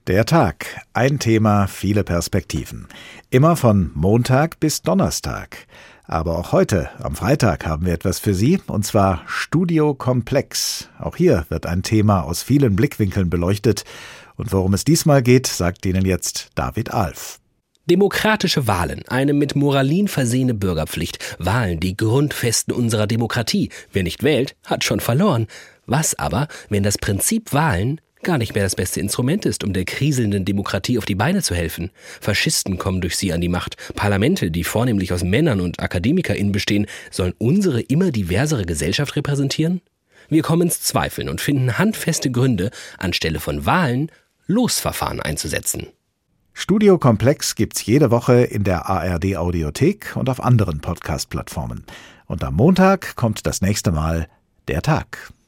Der Tag. Ein Thema, viele Perspektiven. Immer von Montag bis Donnerstag. Aber auch heute, am Freitag, haben wir etwas für Sie, und zwar Studio Komplex. Auch hier wird ein Thema aus vielen Blickwinkeln beleuchtet. Und worum es diesmal geht, sagt Ihnen jetzt David Alf. Demokratische Wahlen, eine mit Moralin versehene Bürgerpflicht. Wahlen, die Grundfesten unserer Demokratie. Wer nicht wählt, hat schon verloren. Was aber, wenn das Prinzip Wahlen gar nicht mehr das beste Instrument ist, um der kriselnden Demokratie auf die Beine zu helfen? Faschisten kommen durch sie an die Macht. Parlamente, die vornehmlich aus Männern und AkademikerInnen bestehen, sollen unsere immer diversere Gesellschaft repräsentieren? Wir kommen ins Zweifeln und finden handfeste Gründe, anstelle von Wahlen Losverfahren einzusetzen. Studio Komplex gibt's jede Woche in der ARD-Audiothek und auf anderen Podcast-Plattformen. Und am Montag kommt das nächste Mal der Tag.